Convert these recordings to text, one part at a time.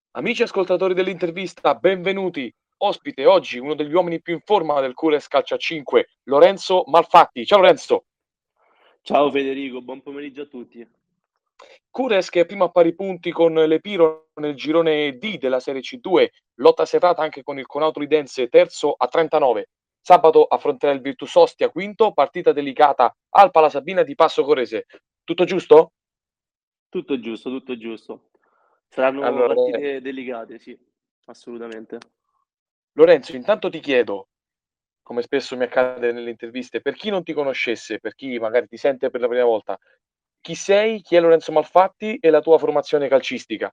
Amici ascoltatori dell'intervista, benvenuti. Ospite oggi uno degli uomini più in forma del Cures Calcio a 5, Lorenzo Malfatti. Ciao Lorenzo. Ciao Federico, buon pomeriggio a tutti. Cures che è primo a pari punti con l'Epiro nel girone D della Serie C2, lotta serrata anche con il Conautolidense terzo a 39. Sabato affronterà il Virtus Ostia quinto, partita delicata al Palasabina di Passo Corese. Tutto giusto? Tutto giusto, tutto giusto. Saranno Allora, partite delicate, sì, assolutamente. Lorenzo, intanto ti chiedo, come spesso mi accade nelle interviste, per chi non ti conoscesse, per chi magari ti sente per la prima volta, chi sei, chi è Lorenzo Malfatti e la tua formazione calcistica?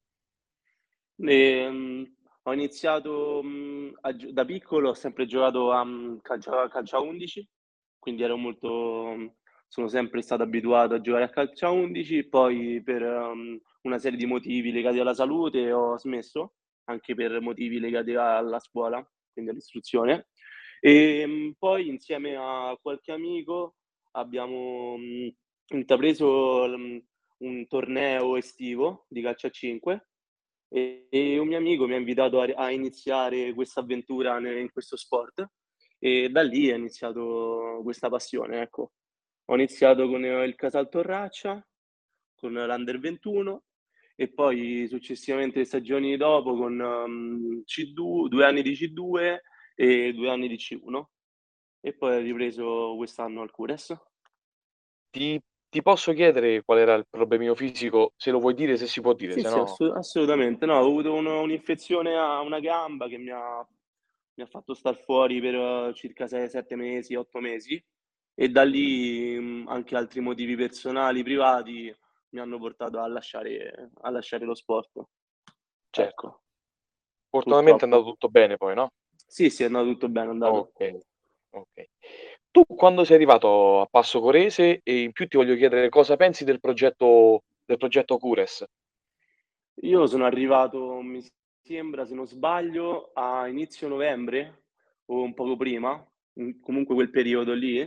Ho iniziato da piccolo, ho sempre giocato a calcio a 11, quindi sono sempre stato abituato a giocare a calcio a 11, poi per una serie di motivi legati alla salute ho smesso, anche per motivi legati alla scuola, quindi all'istruzione. Poi insieme a qualche amico abbiamo intrapreso un torneo estivo di calcio a 5 e un mio amico mi ha invitato a iniziare questa avventura in questo sport e da lì è iniziato questa passione, ecco. Ho iniziato con il Casal Torraccia, con l'Under 21 e poi successivamente le stagioni dopo con C2, 2 anni di C2 e 2 anni di C1 e poi ho ripreso quest'anno al Cures. Ti posso chiedere qual era il problemino fisico? Se lo vuoi dire, se si può dire, Sì, se sì, no assolutamente. No, ho avuto un'infezione a una gamba che mi ha fatto star fuori per circa 6-7 mesi, 8 mesi e da lì anche altri motivi personali, privati, mi hanno portato a lasciare lo sport. certo. Ecco, Fortunatamente è purtroppo. andato tutto bene poi, no? Sì, sì, è andato tutto bene, è andato. Okay, okay. Tu quando sei arrivato a Passo Corese e in più ti voglio chiedere cosa pensi del progetto Cures? Io sono arrivato, mi sembra, se non sbaglio, a inizio novembre o un poco prima, comunque quel periodo lì.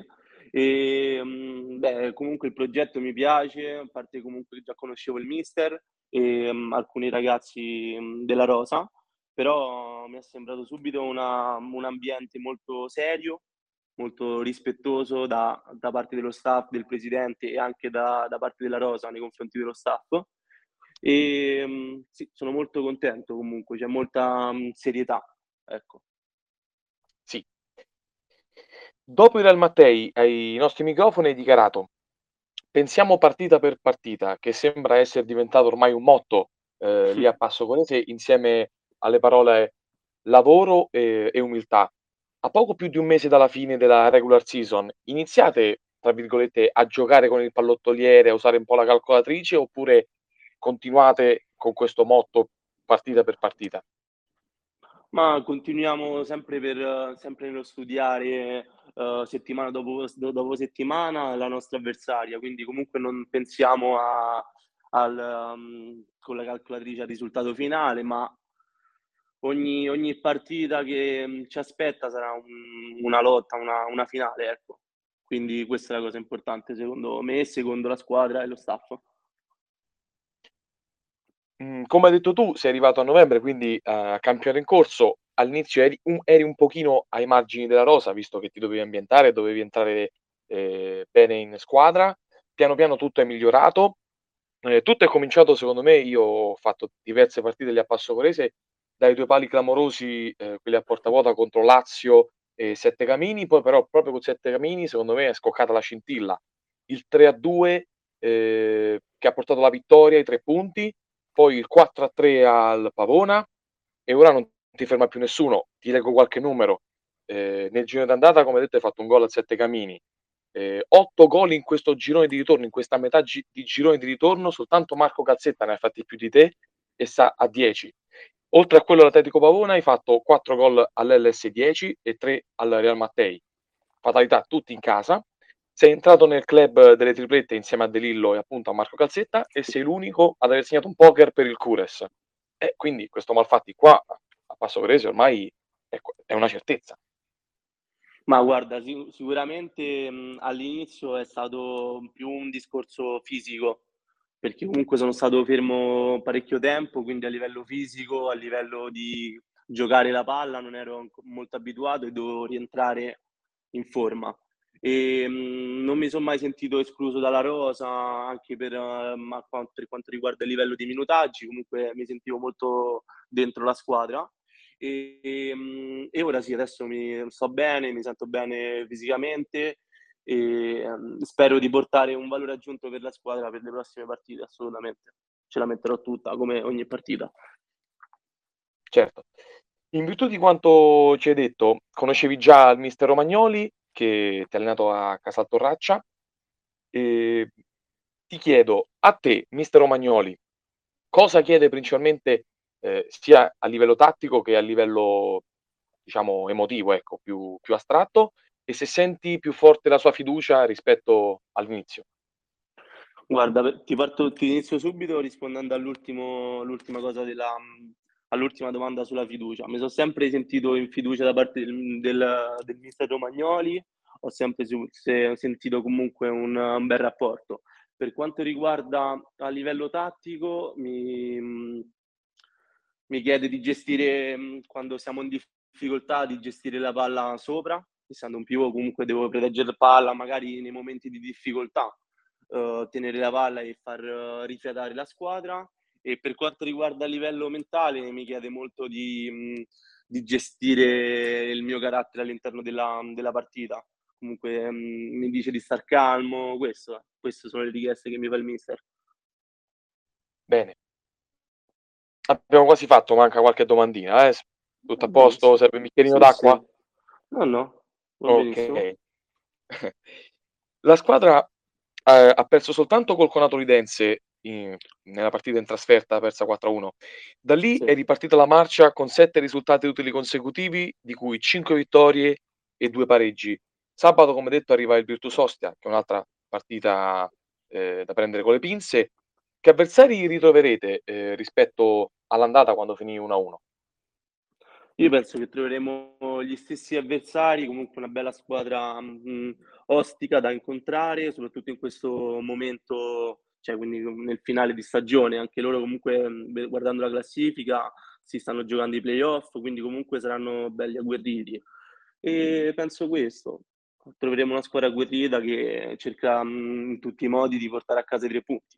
Beh, comunque il progetto mi piace, a parte comunque che già conoscevo il mister e alcuni ragazzi della Rosa, però mi è sembrato subito un ambiente molto serio, molto rispettoso da parte dello staff, del presidente e anche da parte della Rosa nei confronti dello staff. Sì, sono molto contento comunque, c'è molta serietà, ecco. Sì. Dopo il Real Mattei ai nostri microfoni hai dichiarato: "Pensiamo partita per partita", che sembra essere diventato ormai un motto, lì a Passo Corese insieme alle parole lavoro e umiltà. A poco più di un mese dalla fine della regular season, iniziate, tra virgolette, "a giocare con il pallottoliere", a usare un po' la calcolatrice, oppure continuate con questo motto partita per partita? Ma continuiamo sempre nello studiare, settimana dopo settimana la nostra avversaria, quindi comunque non pensiamo con la calcolatrice al risultato finale, ma ogni partita che ci aspetta sarà una lotta, una finale, ecco. Quindi questa è la cosa importante secondo me e secondo la squadra e lo staff. Come hai detto tu, sei arrivato a novembre, quindi campionato in corso. All'inizio eri un pochino ai margini della rosa, visto che ti dovevi ambientare, dovevi entrare, bene in squadra. Piano piano tutto è migliorato. Tutto è cominciato secondo me, io ho fatto diverse partite lì a Passo Corese, dai 2 pali clamorosi, quelli a porta vuota contro Lazio e Sette Camini, poi però proprio con Sette Camini secondo me è scoccata la scintilla. Il 3-2, che ha portato la vittoria, i 3 punti, poi il 4-3 al Pavona e ora non ti ferma più nessuno. Ti leggo qualche numero: nel girone d'andata, come detto, hai fatto un gol a Sette Camini, 8 gol in questo girone di ritorno, in questa metà di girone di ritorno, soltanto Marco Calzetta ne ha fatti più di te e sta a 10. Oltre a quello all'Atletico Pavona hai fatto 4 gol all'LS 10 e 3 al Real Mattei. Fatalità tutti in casa. Sei entrato nel club delle triplette insieme a De Lillo e appunto a Marco Calzetta e sei l'unico ad aver segnato un poker per il Cures. E quindi questo Malfatti qua a Passo Corese ormai è una certezza. Ma guarda, sicuramente all'inizio è stato più un discorso fisico, perché comunque sono stato fermo parecchio tempo, quindi a livello fisico, a livello di giocare la palla non ero molto abituato e dovevo rientrare in forma. Non mi sono mai sentito escluso dalla rosa, anche per quanto riguarda il livello di minutaggi, comunque mi sentivo molto dentro la squadra. E ora sì, adesso mi sto bene, mi sento bene fisicamente e spero di portare un valore aggiunto per la squadra per le prossime partite, assolutamente. Ce la metterò tutta, come ogni partita. Certo. In virtù di quanto ci hai detto, conoscevi già il mister Romagnoli che ti ha allenato a Casaltorraccia e ti chiedo, a te, mister Romagnoli, cosa chiede principalmente, sia a livello tattico che a livello, diciamo, emotivo, ecco, più astratto, e se senti più forte la sua fiducia rispetto all'inizio? Guarda, ti inizio subito rispondendo all'ultima cosa all'ultima domanda sulla fiducia. Mi sono sempre sentito in fiducia da parte del mister Romagnoli, ho sempre sentito comunque un bel rapporto. Per quanto riguarda a livello tattico, mi chiede di gestire, quando siamo in difficoltà, di gestire la palla sopra, essendo un pivot comunque devo proteggere la palla magari nei momenti di difficoltà, tenere la palla e far rifiatare la squadra. E per quanto riguarda il livello mentale mi chiede molto di gestire il mio carattere all'interno della partita. Comunque mi dice di star calmo, queste sono le richieste che mi fa il mister. Bene, abbiamo quasi fatto, manca qualche domandina, tutto a posto? Benissimo. Serve un bicchierino Sì, sì. d'acqua? No, no, va benissimo. Okay. La squadra, ha perso soltanto col Conatolidense nella partita in trasferta persa 4-1. Da lì Sì. è ripartita la marcia con 7 risultati utili consecutivi, di cui 5 vittorie e 2 pareggi. Sabato, come detto, arriva il Virtus Ostia, che è un'altra partita, da prendere con le pinze. Che avversari ritroverete, rispetto all'andata quando finì 1-1? Io penso che troveremo gli stessi avversari, comunque una bella squadra, ostica da incontrare, soprattutto in questo momento, cioè quindi nel finale di stagione. Anche loro comunque, guardando la classifica, si stanno giocando i playoff, quindi comunque saranno belli agguerriti. E penso questo. Troveremo una squadra agguerrita che cerca, in tutti i modi di portare a casa i 3 punti.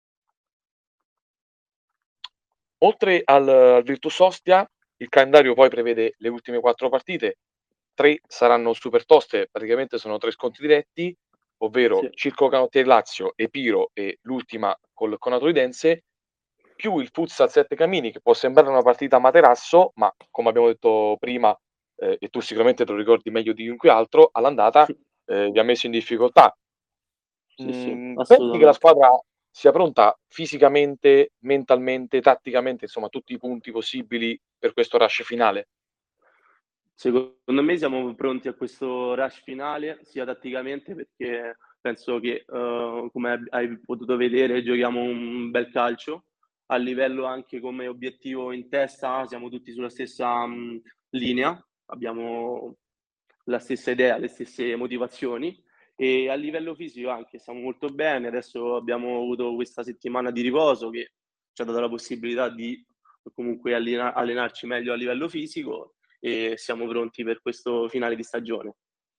Oltre al Virtus Ostia, il calendario poi prevede le ultime 4 partite, 3 saranno super toste, praticamente sono 3 scontri diretti, ovvero Sì. Circolo Canottieri Lazio, Epiro e l'ultima col Conatolidense, più il Futsal Sette Camini, che può sembrare una partita a materasso, ma come abbiamo detto prima, e tu sicuramente te lo ricordi meglio di chiunque altro, all'andata, vi ha messo in difficoltà. Sì, sì, Pensi che la assolutamente. squadra sia pronta fisicamente, mentalmente, tatticamente, insomma tutti i punti possibili per questo rush finale? Secondo me siamo pronti a questo rush finale, sia tatticamente perché penso che, come hai potuto vedere, giochiamo un bel calcio. A livello anche come obiettivo in testa siamo tutti sulla stessa, linea, abbiamo la stessa idea, le stesse motivazioni e a livello fisico anche stiamo molto bene. Adesso abbiamo avuto questa settimana di riposo che ci ha dato la possibilità di comunque allenarci meglio a livello fisico e siamo pronti per questo finale di stagione.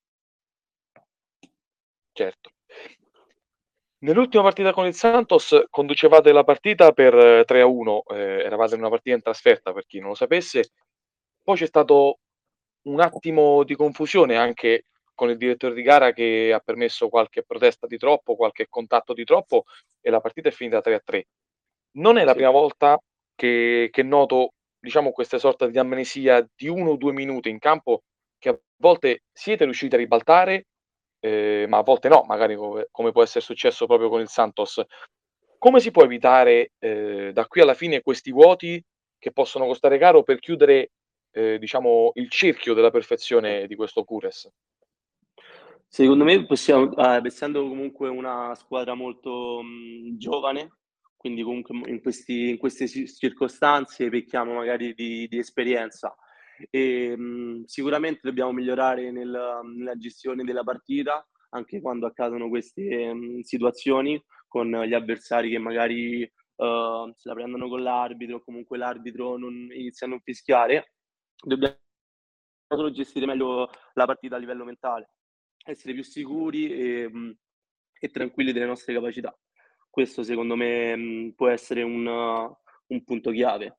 Certo. Nell'ultima partita con il Santos conducevate la partita per 3-1, eravate in una partita in trasferta per chi non lo sapesse, poi c'è stato un attimo di confusione anche con il direttore di gara che ha permesso qualche protesta di troppo, qualche contatto di troppo e la partita è finita 3-3. Non è la Sì. prima volta che noto, diciamo, queste sorta di amnesia di 1 o 2 minuti in campo che a volte siete riusciti a ribaltare, ma a volte no, magari come può essere successo proprio con il Santos. Come si può evitare, da qui alla fine questi vuoti che possono costare caro per chiudere, diciamo, il cerchio della perfezione di questo Cures? Secondo me possiamo, essendo comunque una squadra molto, giovane, quindi comunque in queste circostanze pecchiamo magari di esperienza. Sicuramente dobbiamo migliorare nella gestione della partita, anche quando accadono queste, situazioni, con gli avversari che magari se la prendono con l'arbitro o comunque l'arbitro non inizia a non fischiare, dobbiamo solo gestire meglio la partita a livello mentale, essere più sicuri e tranquilli delle nostre capacità. Questo secondo me può essere un punto chiave.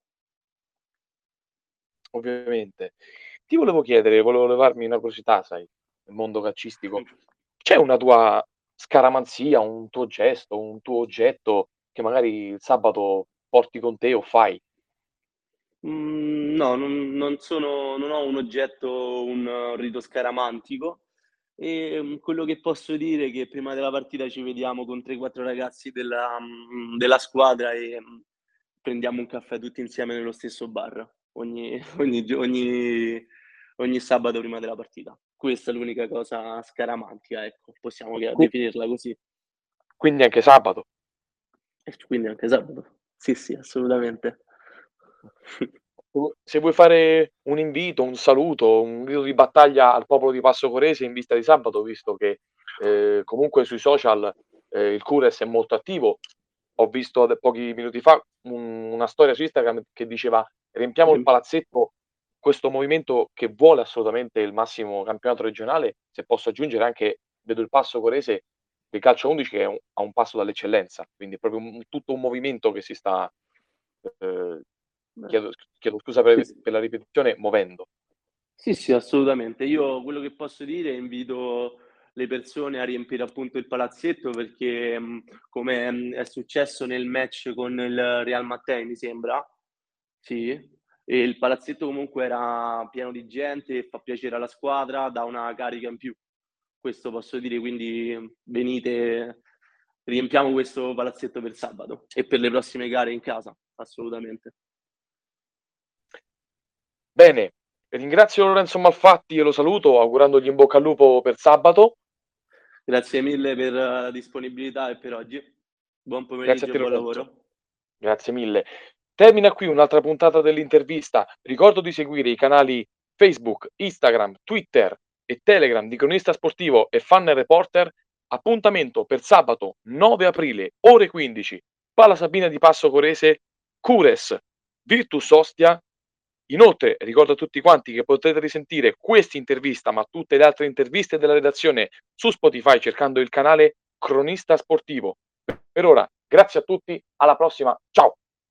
Ovviamente. Ti volevo chiedere, volevo levarmi una curiosità, sai, nel mondo calcistico, c'è una tua scaramanzia, un tuo gesto, un tuo oggetto che magari il sabato porti con te o fai? No, non ho un oggetto, un rito scaramantico. Quello che posso dire è che prima della partita ci vediamo con 3, 4 ragazzi della squadra prendiamo un caffè tutti insieme nello stesso bar ogni ogni sabato prima della partita. Questa è l'unica cosa scaramantica, ecco, possiamo Qui definirla così. quindi anche sabato. E quindi anche sabato. Sì, sì, assolutamente. Se vuoi fare un invito, un saluto, un grido di battaglia al popolo di Passo Corese in vista di sabato, visto che, comunque sui social, il Cures è molto attivo. Ho visto pochi minuti fa una storia su Instagram che diceva: "Riempiamo il palazzetto", questo movimento che vuole assolutamente il massimo campionato regionale, se posso aggiungere anche vedo il Passo Corese del calcio a 11 che è a un passo dall'eccellenza, quindi è proprio tutto un movimento che si sta, ehm, chiedo scusa Sì, sì. per la ripetizione, muovendo. Sì, sì, assolutamente. Io quello che posso dire, invito le persone a riempire appunto il palazzetto perché, come, è successo nel match con il Real Mattei, mi sembra, sì, e il palazzetto comunque era pieno di gente e fa piacere alla squadra, dà una carica in più. Questo posso dire, quindi venite, riempiamo questo palazzetto per sabato e per le prossime gare in casa, assolutamente. Bene, ringrazio Lorenzo Malfatti e lo saluto augurandogli in bocca al lupo per sabato. Grazie mille per la disponibilità e per oggi. Buon Grazie a pomeriggio e te buon Lorenzo, lavoro. grazie mille. Termina qui un'altra puntata dell'intervista. Ricordo di seguire i canali Facebook, Instagram, Twitter e Telegram di Cronista Sportivo e Fan Reporter. Appuntamento per sabato 9 aprile, ore 15, Pala Sabina di Passo Corese, Cures, Virtus Ostia. Inoltre ricordo a tutti quanti che potete risentire questa intervista, ma tutte le altre interviste della redazione su Spotify cercando il canale Cronista Sportivo. Per ora, grazie a tutti, alla prossima, ciao!